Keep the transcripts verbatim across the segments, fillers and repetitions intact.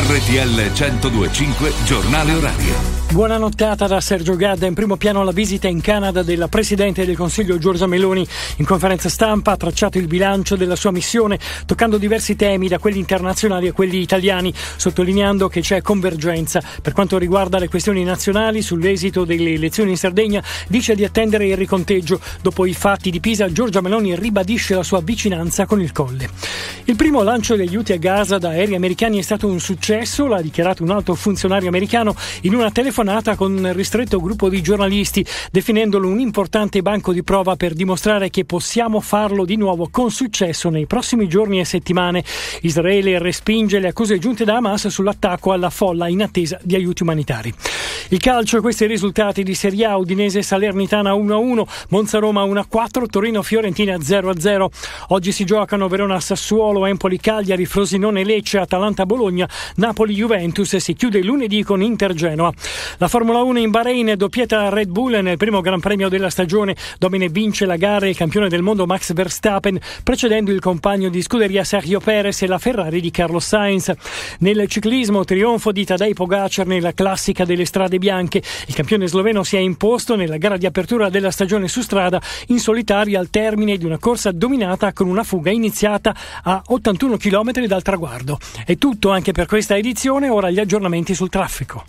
R T L centodue e cinque Giornale Orario. Buona nottata da Sergio Gadda. In primo piano la visita in Canada della Presidente del Consiglio Giorgia Meloni. In conferenza stampa ha tracciato il bilancio della sua missione, toccando diversi temi, da quelli internazionali a quelli italiani, sottolineando che c'è convergenza. Per quanto riguarda le questioni nazionali, sull'esito delle elezioni in Sardegna, dice di attendere il riconteggio. Dopo i fatti di Pisa, Giorgia Meloni ribadisce la sua vicinanza con il Colle. Il primo lancio degli aiuti a Gaza da aerei americani è stato un successo, l'ha dichiarato un alto funzionario americano in una telefonata con un ristretto gruppo di giornalisti, definendolo un importante banco di prova per dimostrare che possiamo farlo di nuovo con successo nei prossimi giorni e settimane. Israele respinge le accuse giunte da Hamas sull'attacco alla folla in attesa di aiuti umanitari. Il calcio, questi i risultati di Serie A: Udinese Salernitana uno a uno, Monza Roma uno a quattro, Torino Fiorentina zero a zero. Oggi si giocano Verona Sassuolo, Empoli Cagliari, Frosinone Lecce, Atalanta Bologna, Napoli Juventus, e si chiude lunedì con Inter Genoa. La Formula uno in Bahrain, doppietta Red Bull nel primo Gran Premio della stagione. Domine vince la gara il campione del mondo Max Verstappen, precedendo il compagno di scuderia Sergio Perez e la Ferrari di Carlos Sainz. Nel ciclismo, trionfo di Tadej Pogacar nella classica delle strade bianche. Il campione sloveno si è imposto nella gara di apertura della stagione su strada in solitaria al termine di una corsa dominata con una fuga iniziata a ottantuno chilometri dal traguardo. È tutto anche per questa edizione, ora gli aggiornamenti sul traffico.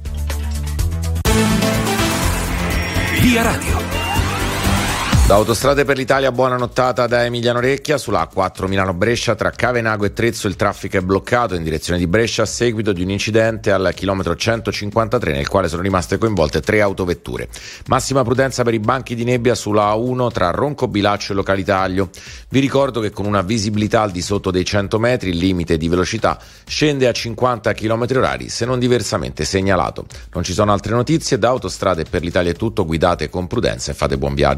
Via Radio. Da Autostrade per l'Italia, buona nottata da Emiliano Recchia. Sulla A quattro Milano-Brescia tra Cavenago e Trezzo il traffico è bloccato in direzione di Brescia a seguito di un incidente al chilometro centocinquantatré nel quale sono rimaste coinvolte tre autovetture. Massima prudenza per i banchi di nebbia sulla A uno tra Roncobilaccio e Localitaglio. Vi ricordo che con una visibilità al di sotto dei cento metri il limite di velocità scende a cinquanta chilometri orari se non diversamente segnalato. Non ci sono altre notizie. Da Autostrade per l'Italia è tutto, guidate con prudenza e fate buon viaggio.